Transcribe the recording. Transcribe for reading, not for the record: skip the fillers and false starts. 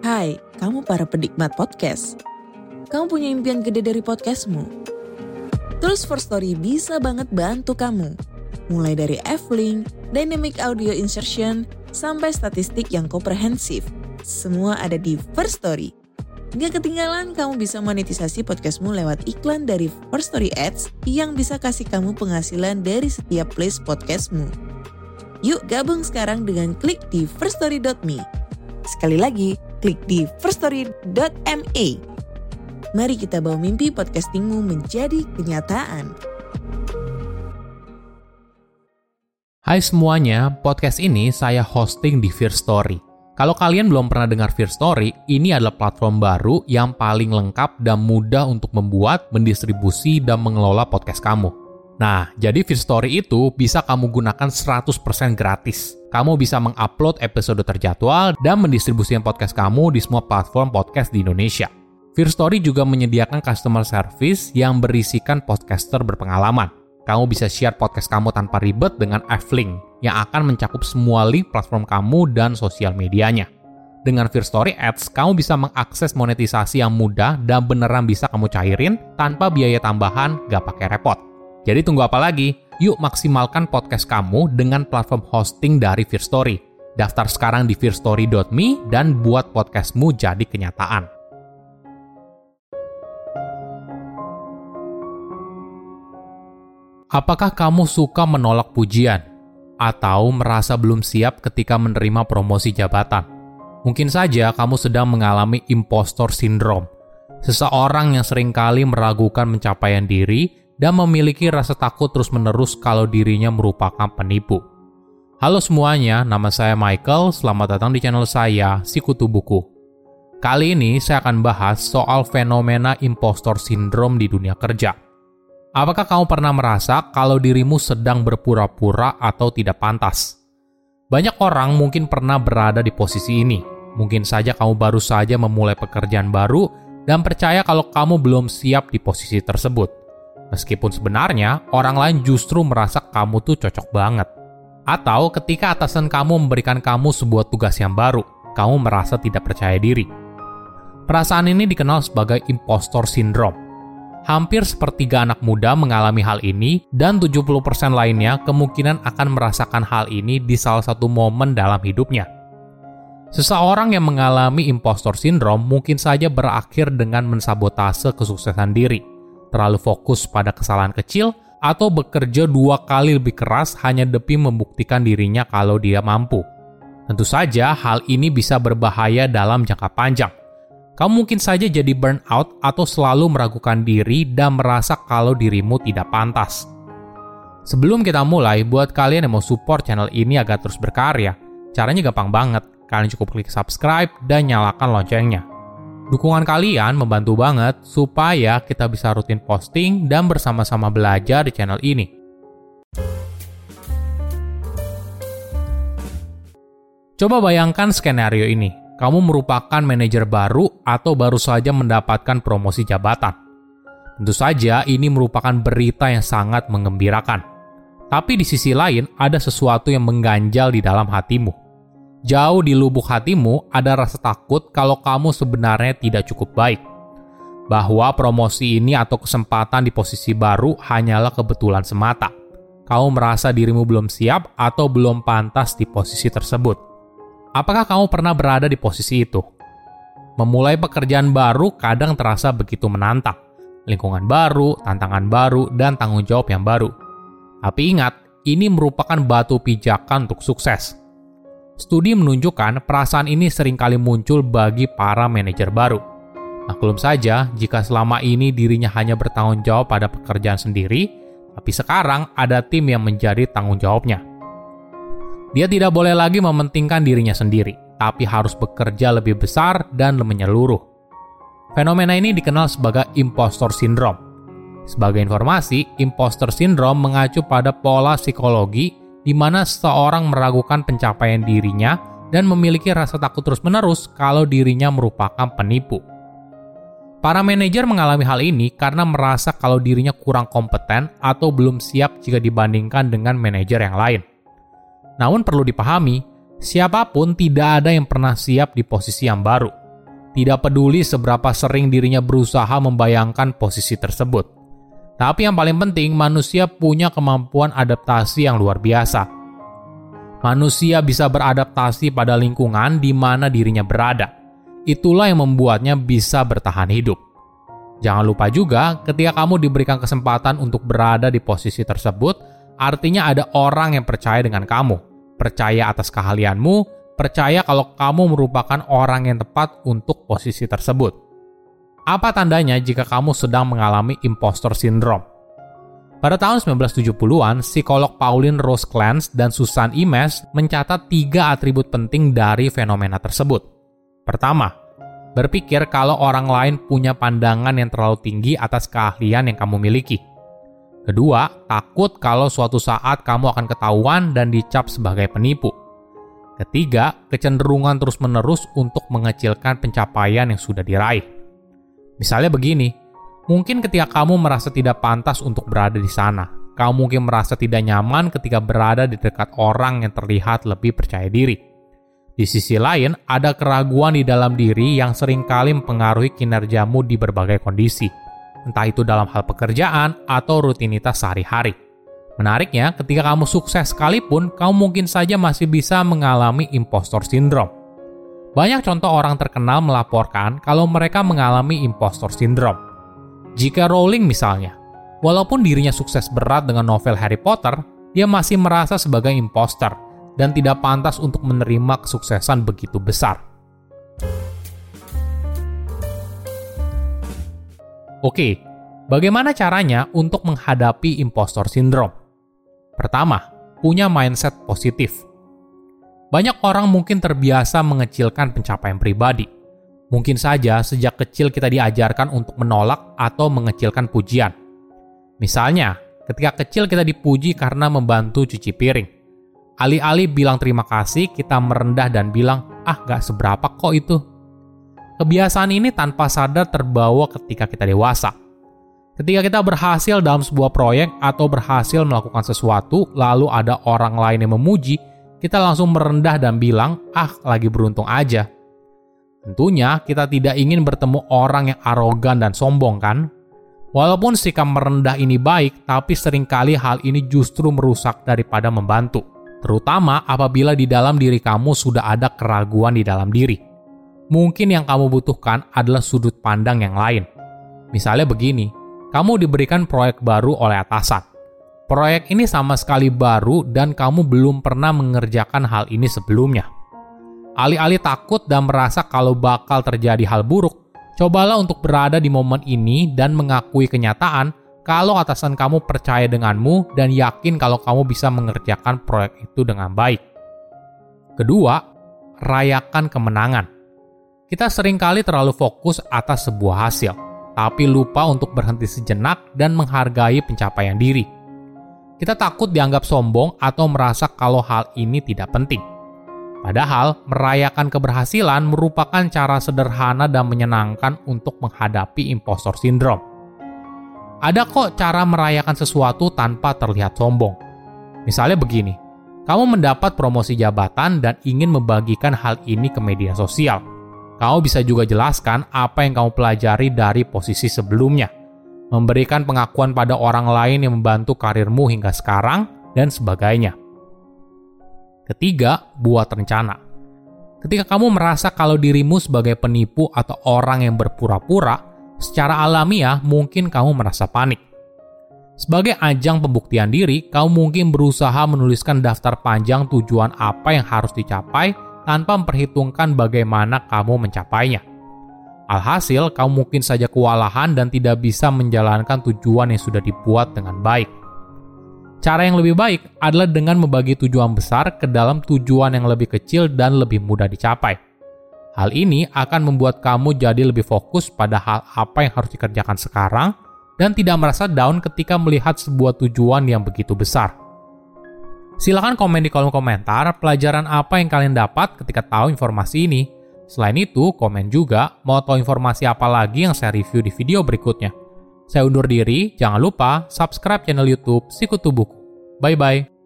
Hai, kamu para penikmat podcast. Kamu punya impian gede dari podcastmu? Tools for Story bisa banget bantu kamu. Mulai dari F-Link, Dynamic Audio Insertion, sampai statistik yang komprehensif. Semua ada di First Story. Gak ketinggalan kamu bisa monetisasi podcastmu lewat iklan dari First Story Ads yang bisa kasih kamu penghasilan dari setiap place podcastmu. Yuk gabung sekarang dengan klik di firststory.me. Sekali lagi, klik di firststory.me. Mari kita bawa mimpi podcastingmu menjadi kenyataan. Hai semuanya, podcast ini saya hosting di First Story. Kalau kalian belum pernah dengar First Story, ini adalah platform baru yang paling lengkap dan mudah untuk membuat, mendistribusi, dan mengelola podcast kamu. Nah, jadi First Story itu bisa kamu gunakan 100% gratis. Kamu bisa mengupload episode terjadwal dan mendistribusikan podcast kamu di semua platform podcast di Indonesia. First Story juga menyediakan customer service yang berisikan podcaster berpengalaman. Kamu bisa share podcast kamu tanpa ribet dengan F-Link yang akan mencakup semua link platform kamu dan sosial medianya. Dengan First Story Ads, kamu bisa mengakses monetisasi yang mudah dan beneran bisa kamu cairin tanpa biaya tambahan, gak pakai repot. Jadi tunggu apa lagi? Yuk maksimalkan podcast kamu dengan platform hosting dari First Story. Daftar sekarang di firststory.me dan buat podcastmu jadi kenyataan. Apakah kamu suka menolak pujian? Atau merasa belum siap ketika menerima promosi jabatan? Mungkin saja kamu sedang mengalami impostor syndrome. Seseorang yang seringkali meragukan pencapaian diri dan memiliki rasa takut terus-menerus kalau dirinya merupakan penipu. Halo semuanya, nama saya Michael. Selamat datang di channel saya, Sikutu Buku. Kali ini saya akan bahas soal fenomena impostor syndrome di dunia kerja. Apakah kamu pernah merasa kalau dirimu sedang berpura-pura atau tidak pantas? Banyak orang mungkin pernah berada di posisi ini. Mungkin saja kamu baru saja memulai pekerjaan baru dan percaya kalau kamu belum siap di posisi tersebut. Meskipun sebenarnya orang lain justru merasa kamu tuh cocok banget. Atau ketika atasan kamu memberikan kamu sebuah tugas yang baru, kamu merasa tidak percaya diri. Perasaan ini dikenal sebagai impostor syndrome. Hampir sepertiga anak muda mengalami hal ini dan 70% lainnya kemungkinan akan merasakan hal ini di salah satu momen dalam hidupnya. Seseorang yang mengalami impostor syndrome mungkin saja berakhir dengan mensabotase kesuksesan diri, terlalu fokus pada kesalahan kecil, atau bekerja 2 kali lebih keras hanya demi membuktikan dirinya kalau dia mampu. Tentu saja hal ini bisa berbahaya dalam jangka panjang. Kamu mungkin saja jadi burnout atau selalu meragukan diri dan merasa kalau dirimu tidak pantas. Sebelum kita mulai, buat kalian yang mau support channel ini agar terus berkarya, caranya gampang banget. Kalian cukup klik subscribe dan nyalakan loncengnya. Dukungan kalian membantu banget supaya kita bisa rutin posting dan bersama-sama belajar di channel ini. Coba bayangkan skenario ini. Kamu merupakan manajer baru atau baru saja mendapatkan promosi jabatan. Tentu saja ini merupakan berita yang sangat menggembirakan. Tapi di sisi lain ada sesuatu yang mengganjal di dalam hatimu. Jauh di lubuk hatimu ada rasa takut kalau kamu sebenarnya tidak cukup baik. Bahwa promosi ini atau kesempatan di posisi baru hanyalah kebetulan semata. Kamu merasa dirimu belum siap atau belum pantas di posisi tersebut. Apakah kamu pernah berada di posisi itu? Memulai pekerjaan baru kadang terasa begitu menantang. Lingkungan baru, tantangan baru, dan tanggung jawab yang baru. Tapi ingat, ini merupakan batu pijakan untuk sukses. Studi menunjukkan perasaan ini seringkali muncul bagi para manajer baru. Maklum saja, jika selama ini dirinya hanya bertanggung jawab pada pekerjaan sendiri, tapi sekarang ada tim yang menjadi tanggung jawabnya. Dia tidak boleh lagi mementingkan dirinya sendiri, tapi harus bekerja lebih besar dan menyeluruh. Fenomena ini dikenal sebagai impostor syndrome. Sebagai informasi, impostor syndrome mengacu pada pola psikologi di mana seseorang meragukan pencapaian dirinya dan memiliki rasa takut terus-menerus kalau dirinya merupakan penipu. Para manajer mengalami hal ini karena merasa kalau dirinya kurang kompeten atau belum siap jika dibandingkan dengan manajer yang lain. Namun perlu dipahami, siapapun tidak ada yang pernah siap di posisi yang baru. tidak peduli seberapa sering dirinya berusaha membayangkan posisi tersebut. Tapi yang paling penting, manusia punya kemampuan adaptasi yang luar biasa. Manusia bisa beradaptasi pada lingkungan di mana dirinya berada. Itulah yang membuatnya bisa bertahan hidup. Jangan lupa juga, ketika kamu diberikan kesempatan untuk berada di posisi tersebut, artinya ada orang yang percaya dengan kamu, percaya atas keahlianmu, percaya kalau kamu merupakan orang yang tepat untuk posisi tersebut. Apa tandanya jika kamu sedang mengalami impostor syndrome? Pada tahun 1970-an, psikolog Pauline Rose Clance dan Susan Imes mencatat 3 atribut penting dari fenomena tersebut. Pertama, berpikir kalau orang lain punya pandangan yang terlalu tinggi atas keahlian yang kamu miliki. Kedua, takut kalau suatu saat kamu akan ketahuan dan dicap sebagai penipu. Ketiga, kecenderungan terus-menerus untuk mengecilkan pencapaian yang sudah diraih. Misalnya begini, mungkin ketika kamu merasa tidak pantas untuk berada di sana, kamu mungkin merasa tidak nyaman ketika berada di dekat orang yang terlihat lebih percaya diri. Di sisi lain, ada keraguan di dalam diri yang seringkali mempengaruhi kinerjamu di berbagai kondisi, entah itu dalam hal pekerjaan atau rutinitas sehari-hari. Menariknya, ketika kamu sukses sekalipun, kamu mungkin saja masih bisa mengalami impostor syndrome. Banyak contoh orang terkenal melaporkan kalau mereka mengalami impostor syndrome. Jika Rowling misalnya, walaupun dirinya sukses berat dengan novel Harry Potter, dia masih merasa sebagai imposter dan tidak pantas untuk menerima kesuksesan begitu besar. Oke, bagaimana caranya untuk menghadapi impostor syndrome? Pertama, punya mindset positif. Banyak orang mungkin terbiasa mengecilkan pencapaian pribadi. Mungkin saja sejak kecil kita diajarkan untuk menolak atau mengecilkan pujian. Misalnya, ketika kecil kita dipuji karena membantu cuci piring. Alih-alih bilang terima kasih, kita merendah dan bilang, gak seberapa kok itu. Kebiasaan ini tanpa sadar terbawa ketika kita dewasa. Ketika kita berhasil dalam sebuah proyek atau berhasil melakukan sesuatu, lalu ada orang lain yang memuji, kita langsung merendah dan bilang, lagi beruntung aja. Tentunya kita tidak ingin bertemu orang yang arogan dan sombong kan? Walaupun sikap merendah ini baik, tapi seringkali hal ini justru merusak daripada membantu. Terutama apabila di dalam diri kamu sudah ada keraguan di dalam diri. Mungkin yang kamu butuhkan adalah sudut pandang yang lain. Misalnya begini, kamu diberikan proyek baru oleh atasan. Proyek ini sama sekali baru dan kamu belum pernah mengerjakan hal ini sebelumnya. Alih-alih takut dan merasa kalau bakal terjadi hal buruk, cobalah untuk berada di momen ini dan mengakui kenyataan kalau atasan kamu percaya denganmu dan yakin kalau kamu bisa mengerjakan proyek itu dengan baik. Kedua, rayakan kemenangan. Kita seringkali terlalu fokus atas sebuah hasil, tapi lupa untuk berhenti sejenak dan menghargai pencapaian diri. Kita takut dianggap sombong atau merasa kalau hal ini tidak penting. Padahal, merayakan keberhasilan merupakan cara sederhana dan menyenangkan untuk menghadapi impostor syndrome. Ada kok cara merayakan sesuatu tanpa terlihat sombong. Misalnya begini, kamu mendapat promosi jabatan dan ingin membagikan hal ini ke media sosial. Kamu bisa juga jelaskan apa yang kamu pelajari dari posisi sebelumnya, memberikan pengakuan pada orang lain yang membantu karirmu hingga sekarang, dan sebagainya. Ketiga, buat rencana. Ketika kamu merasa kalau dirimu sebagai penipu atau orang yang berpura-pura, secara alamiah mungkin kamu merasa panik. Sebagai ajang pembuktian diri, kamu mungkin berusaha menuliskan daftar panjang tujuan apa yang harus dicapai tanpa memperhitungkan bagaimana kamu mencapainya. Alhasil, kamu mungkin saja kewalahan dan tidak bisa menjalankan tujuan yang sudah dibuat dengan baik. Cara yang lebih baik adalah dengan membagi tujuan besar ke dalam tujuan yang lebih kecil dan lebih mudah dicapai. Hal ini akan membuat kamu jadi lebih fokus pada hal apa yang harus dikerjakan sekarang dan tidak merasa down ketika melihat sebuah tujuan yang begitu besar. Silakan komen di kolom komentar pelajaran apa yang kalian dapat ketika tahu informasi ini. Selain itu, komen juga mau tahu informasi apa lagi yang saya review di video berikutnya. Saya undur diri, jangan lupa subscribe channel YouTube Sikutu Buku. Bye-bye.